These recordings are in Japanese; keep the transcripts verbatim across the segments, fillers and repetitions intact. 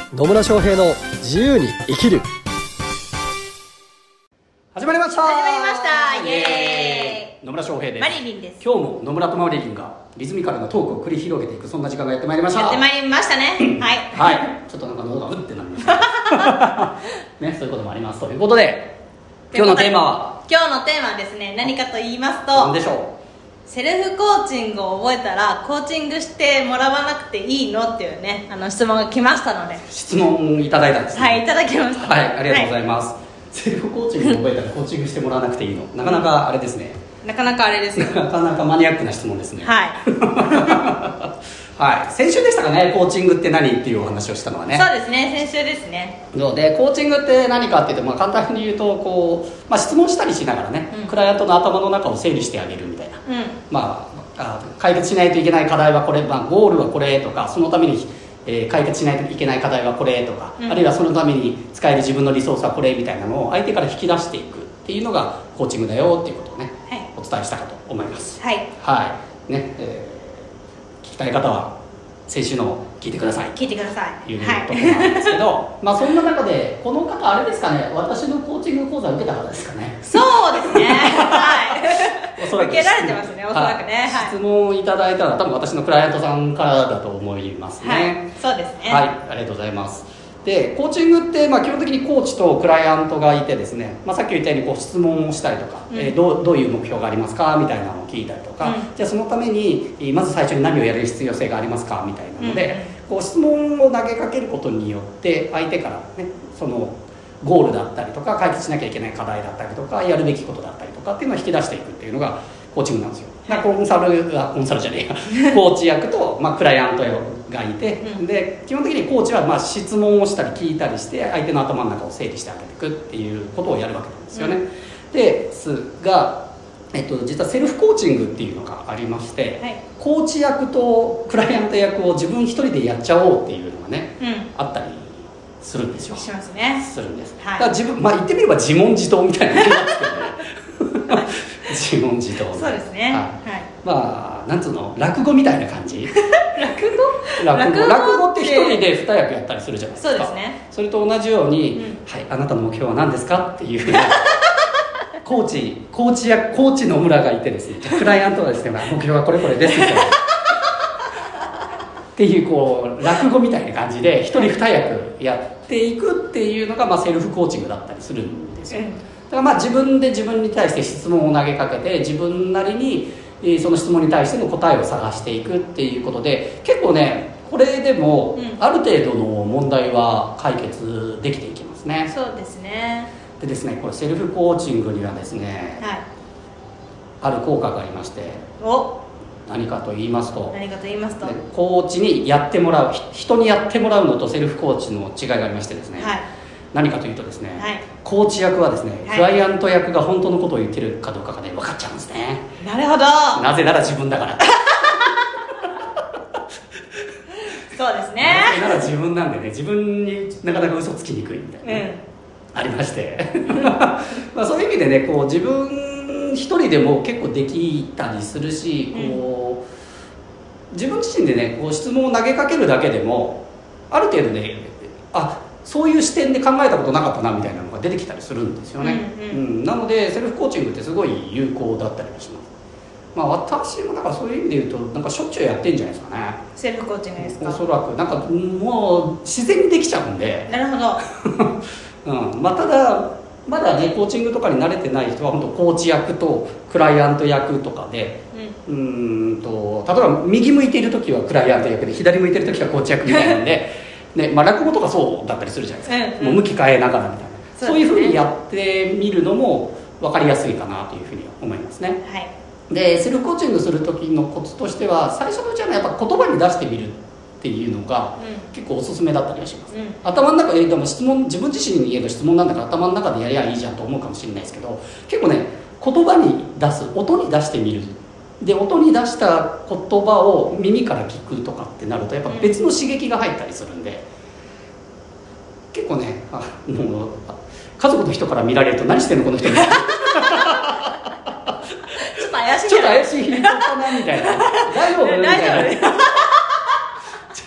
野村翔平の自由に生きる。始まりました始まりましたイエーイ。 野村翔平です。 マリリンです。 今日も野村とマリリンがリズミカルなトークを繰り広げていく、そんな時間がやってまいりました。 やってまいりましたねはいはい、ちょっとなんか喉がうってなりましたね、そういうこともありますということで、今日のテーマは今日のテーマはですね、何かと言いますと、 何でしょう。 セルフコーチングを覚えたらコーチングしてもらわなくていいのっていうね、あの質問が来ましたので、 質問いただいたんですね。 はい、いただきました。 はい、ありがとうございまます、はい、セルフコーチングを覚えたらコーチングしてもらわなくていいの、なかなかあれですね、 なかなかあれですよなかなかマニアックな質問ですね。 はいはい、先週でしたかね、コーチングって何っていうお話をしたのはね。 そうですね、先週ですね。 のでコーチングって何かっていうと、まあ、簡単に言うとこう、まあ、質問したりしながらね、 うん、 クライアントの頭の中を整理してあげるみたいな、 うん、 まあ、あ解決しないといけない課題はこれ、まあ、ゴールはこれとか、そのために、えー、解決しないといけない課題はこれとか、うん、あるいはそのために使える自分のリソースはこれみたいなのを相手から引き出していくっていうのがコーチングだよっていうことをね、はい、お伝えしたかと思います。 はい、 はいねえー、聞きたい方は先週の聞いてください聞いてくださいいうところなんですけど、はい、まあそんな中でこの方あれですかね、私のコーチング講座を受けた方ですかね。 そうですねはいおそらく受けられてますね、おそらくね、 はい、質問いただいたのは多分私のクライアントさんからだと思いますね。 はい、そうですね。 はい、ありがとうございます。でコーチングって、まあ、基本的にコーチとクライアントがいてですね、まあ、さっき言ったようにこう質問をしたりとか、うん、えー、どう、どういう目標がありますかみたいなのを聞いたりとか、うん、じゃあそのためにまず最初に何をやる必要性がありますかみたいなので、うん、こう質問を投げかけることによって相手からね、そのゴールだったりとか解決しなきゃいけない課題だったりとかやるべきことだったりとかっていうのを引き出していくっていうのがコーチングなんですよ。コンサルはコンサルじゃねえやコーチ役と、まあ、クライアントがいて、うん、で基本的にコーチはまあ質問をしたり聞いたりして相手の頭の中を整理してあげていくっていうことをやるわけなんですよね、うん、ですが、えっと、実はセルフコーチングっていうのがありまして、はい、コーチ役とクライアント役を自分一人でやっちゃおうっていうのがね、うん、あったりするんですよ。 しますね。 するんです、はい、だから自分、まあ、言ってみれば自問自答みたいな感じなんですけどね自問自答。 そうですね、はい、 はい、まあなんつうの、落語みたいな感じ落語落語落語って一人で二役やったりするじゃないですか。 そうですね。 それと同じように、うん、はい、あなたの目標は何ですかっていうコーチコーチやコーチの村がいてですね、クライアントはですね、まあ、目標はこれこれですっていうこう落語みたいな感じで一人二役やっていくっていうのが、まあ、セルフコーチングだったりするんですよ、うん、だからまあ自分で自分に対して質問を投げかけて自分なりにその質問に対しての答えを探していくっていうことで、結構ねこれでもある程度の問題は解決できていきますね、 うん、そうですね。 でですね、これセルフコーチングにはですね、はい、ある効果がありまして、 お何かと言いますと、 何かと言いますとコーチにやってもらう、人にやってもらうのとセルフコーチの違いがありましてですね、はい、何かというとですね、はい、コーチ役はですね、はい、クライアント役が本当のことを言ってるかどうかがね分かっちゃうんですね。 なるほど。 なぜなら自分だからそうですね。 なぜなら自分なんでね、自分になかなか嘘つきにくいみたいな、ね、うん、ありましてまあそういう意味でね、こう自分一人でも結構できたりするし、こう自分自身でねこう質問を投げかけるだけでもある程度ね、あ、そういう視点で考えたことなかったなみたいなのが出てきたりするんですよね、うんうんうん、なのでセルフコーチングってすごい有効だったりもします。まあ、私もだからそういう意味で言うとなんかしょっちゅうやってんじゃないですかね、 セルフコーチングですか。 おそらくなんかもう自然にできちゃうんで。 なるほど、 うん、まあ、ただまだねコーチングとかに慣れてない人は本当コーチ役とクライアント役とかで、うん、うーんと例えば右向いている時はクライアント役で左向いている時はコーチ役みたいなんでね、まあ、落語とかそうだったりするじゃないですか、うんうん、もう向き変えながらみたいな、そう、そういうふうにやってみるのも分かりやすいかなというふうに思いますね、はい、でセルフコーチングする時のコツとしては最初のうちは、ね、やっぱ言葉に出してみるっていうのが結構おすすめだったりはします、うん、頭の中で、でも質問、自分自身に言える質問なんだから頭の中でやりゃいいじゃんと思うかもしれないですけど、結構ね言葉に出す、音に出してみる、で音に出した言葉を耳から聞くとかってなるとやっぱ別の刺激が入ったりするんで、結構ね、あもう家族の人から見られると何してんのこの人みたいなちょっと怪しいちょっと怪しい人かなみたいな大丈夫みたいなち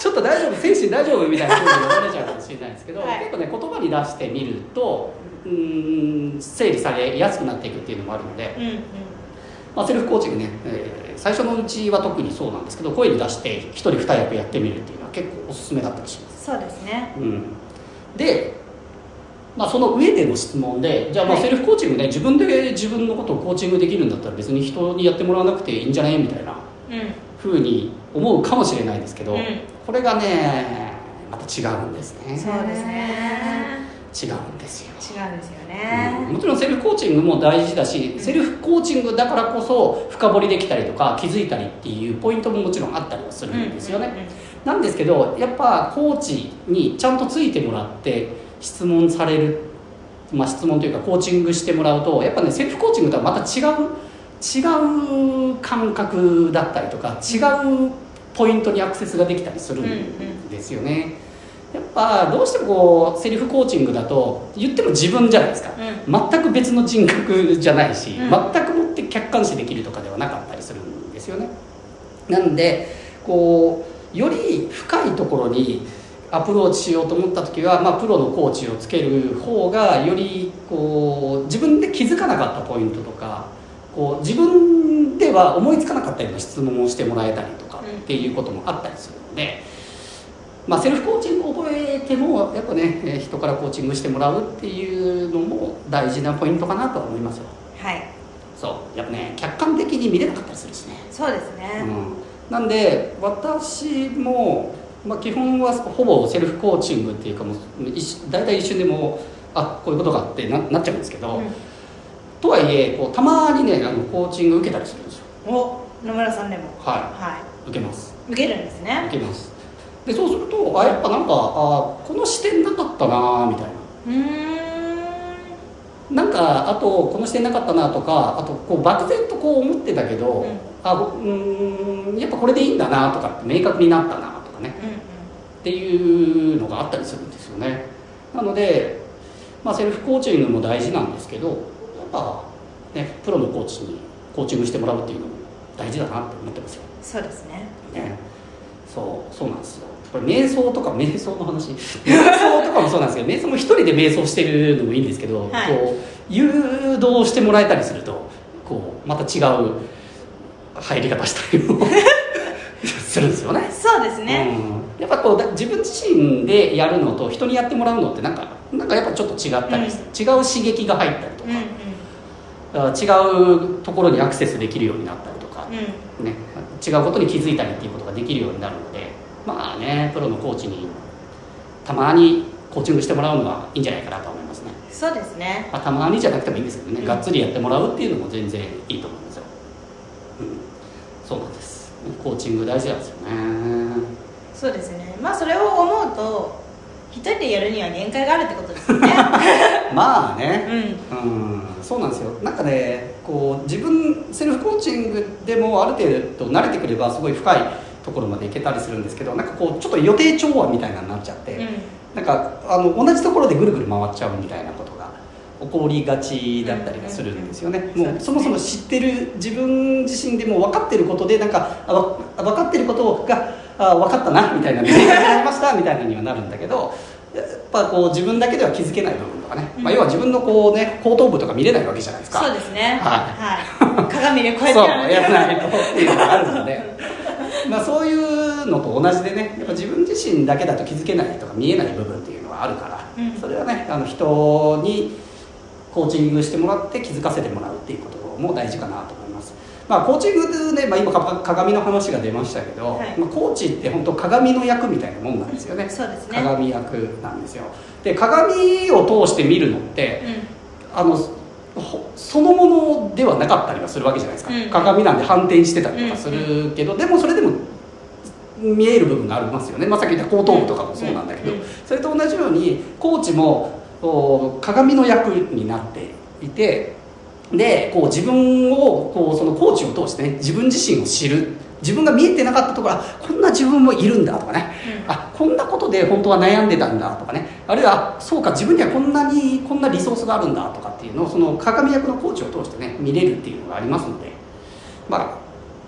ちょっと大丈夫精神大丈夫みたいな風に言われちゃうかもしれないですけど、 はい、 結構ね言葉に出してみるとうーん整理されやすくなっていくっていうのもあるので、 うんうんまあ、セルフコーチングね、えー、最初のうちは特にそうなんですけど、声に出して一人二役やってみるっていうのは結構おすすめだったりします。 そうですね、 うん、で、まあ、その上での質問で、じゃあまあセルフコーチングね、自分で自分のことをコーチングできるんだったら別に人にやってもらわなくていいんじゃないみたいなふうに思うかもしれないんですけど、うん、これがねまた違うんですね。 そうですね、 違うんですよ。 違うんですよね、 うん、もちろんセルフコーチングも大事だし、セルフコーチングだからこそ深掘りできたりとか気づいたりっていうポイントももちろんあったりはするんですよね、うんうんうん、なんですけどやっぱコーチにちゃんとついてもらって質問される、まあ、質問というかコーチングしてもらうとやっぱねセルフコーチングとはまた違う違う感覚だったりとか違うポイントにアクセスができたりするんですよね、うんうん、やっぱどうしてもこうセルフコーチングだと言っても自分じゃないですか、うん、全く別の人格じゃないし、うん、全くもって客観視できるとかではなかったりするんですよね。なんでこうより深いところにアプローチしようと思った時は、まあ、プロのコーチをつける方がよりこう自分で気づかなかったポイントとかこう自分では思いつかなかったような質問をしてもらえたりとかっていうこともあったりするので、まあ、セルフコーチングを覚えてもやっぱね人からコーチングしてもらうっていうのも大事なポイントかなとは思いますよ。 はい、 そうやっぱね客観的に見れなかったりするしね。 そうですね、 うん、なんで私も、まあ、基本はほぼセルフコーチングっていうかもう大体一瞬でもあこういうことがあって な, なっちゃうんですけど、うん、とはいえこうたまにねあのコーチング受けたりするんですよ。 お野村さんでもはい、はい、受けます。 受けるんですね。 受けます。でそうするとあやっぱなんかあこの視点なかったなみたいな、うーんなんかあとこの視点なかったなとかあとこう漠然とこう思ってたけど、うん、あうーんやっぱこれでいいんだなとかって明確になったなとかね、うんうん、っていうのがあったりするんですよね。なので、まあ、セルフコーチングも大事なんですけどやっぱ、ね、プロのコーチにコーチングしてもらうっていうのも大事だなって思ってますよ。 そうですね。 ねそうそうなんですよ。これ瞑想とか瞑想の話瞑想とかもそうなんですけど瞑想も一人で瞑想してるのもいいんですけど、はい、こう誘導してもらえたりするとこうまた違う入り方したりもするんですよね。 そうですね、 うん、やっぱこう自分自身でやるのと人にやってもらうのってなんかなんかやっぱちょっと違ったりして、うん、違う刺激が入ったりとか、うんうん、違うところにアクセスできるようになったりとか、うんね、違うことに気づいたりっていうことができるようになるのでまあねプロのコーチにたまにコーチングしてもらうのはいいんじゃないかなと思いますね。 そうですね、 まあ、たまにじゃなくてもいいんですけどね、うん、がっつりやってもらうっていうのも全然いいと思うんですよ、うん、そうなんです。コーチング大事なんですよね。 そうですね。まあそれを思うと一人でやるには限界があるってことですよねまあね、うん、うん、そうなんですよ。なんかねこう自分セルフコーチングでもある程度慣れてくればすごい深いところまでいけたりするんですけどなんかこうちょっと予定調和みたいなのになっちゃって、うん、なんかあの同じところでぐるぐる回っちゃうみたいなことが起こりがちだったりするんですよね、うんうんうん、もうそもそも知ってる自分自身でも分かってることでなんかあ分かってることがあ分かったなみたいな見えなくなりましたみたいなにはなるんだけどやっぱこう自分だけでは気づけない部分とかね、うんまあ、要は自分のこうね後頭部とか見れないわけじゃないですか。 そうですね、 はいはい、鏡でこうやってやらないとそうやらないとっていうのがあるのでまあそういうのと同じでねやっぱ自分自身だけだと気づけないとか見えない部分っていうのはあるから、うん、それはねあの人にコーチングしてもらって気づかせてもらうっていうことも大事かなと思います。まあ、コーチングで、ねまあ、今鏡の話が出ましたけど、はい、まあ、コーチって本当鏡の役みたいなもんなんですよね。 そうですね、 鏡役なんですよ。で鏡を通して見るのって、うん、あのそのものではなかったりはするわけじゃないですか、うん、鏡なんで反転してたりとかするけど、うん、でもそれでも見える部分がありますよね、まあ、さっき言った後頭部とかもそうなんだけど、うんうん、それと同じようにコーチも鏡の役になっていてでこう自分をこうそのコーチを通してね自分自身を知る自分が見えてなかったところあこんな自分もいるんだとかね、うん、あこんなことで本当は悩んでたんだとかねあるいはそうか自分にはこんなにこんなリソースがあるんだとかっていうのをその鏡役のコーチを通してね見れるっていうのがありますのでまあ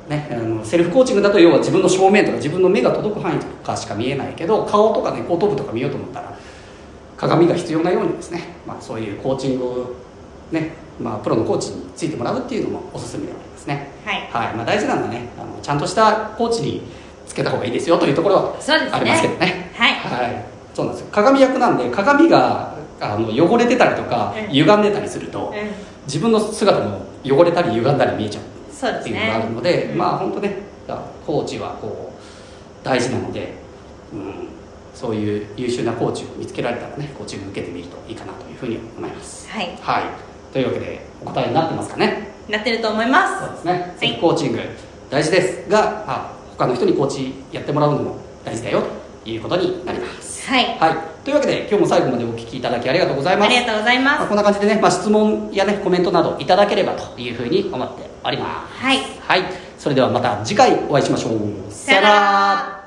ね、あのセルフコーチングだと要は自分の正面とか自分の目が届く範囲とかしか見えないけど、顔とかね後頭部とか見ようと思ったら鏡が必要なようにですね、まあ、そういうコーチングをね、まあ、プロのコーチについてもらうっていうのもおすすめでありますね。 はい、 はい、まあ、大事なのはね、あのちゃんとしたコーチにつけた方がいいですよというところはありますけどね。 はい、 はい、そうなんですよ。鏡役なんで鏡があの汚れてたりとか、うん、歪んでたりすると、うん、自分の姿も汚れたり歪んだり見えちゃうっていうのがあるので、で、ね、まあ本当ね、コーチはこう大事なので、うん、そういう優秀なコーチを見つけられたらね、コーチング受けてみるといいかなというふうに思います。 はい、 はい、というわけでお答えになってますかね。 なってると思います。 そうですね、セルフコーチング大事ですが、あ、他の人にコーチやってもらうのも大事だよということになります。 はい、 はい、というわけで今日も最後までお聞きいただきありがとうございます。 ありがとうございます。 まあ、こんな感じでね、まあ、質問やねコメントなどいただければというふうに思っております。 はい、 はい、それではまた次回お会いしましょう。 さよなら。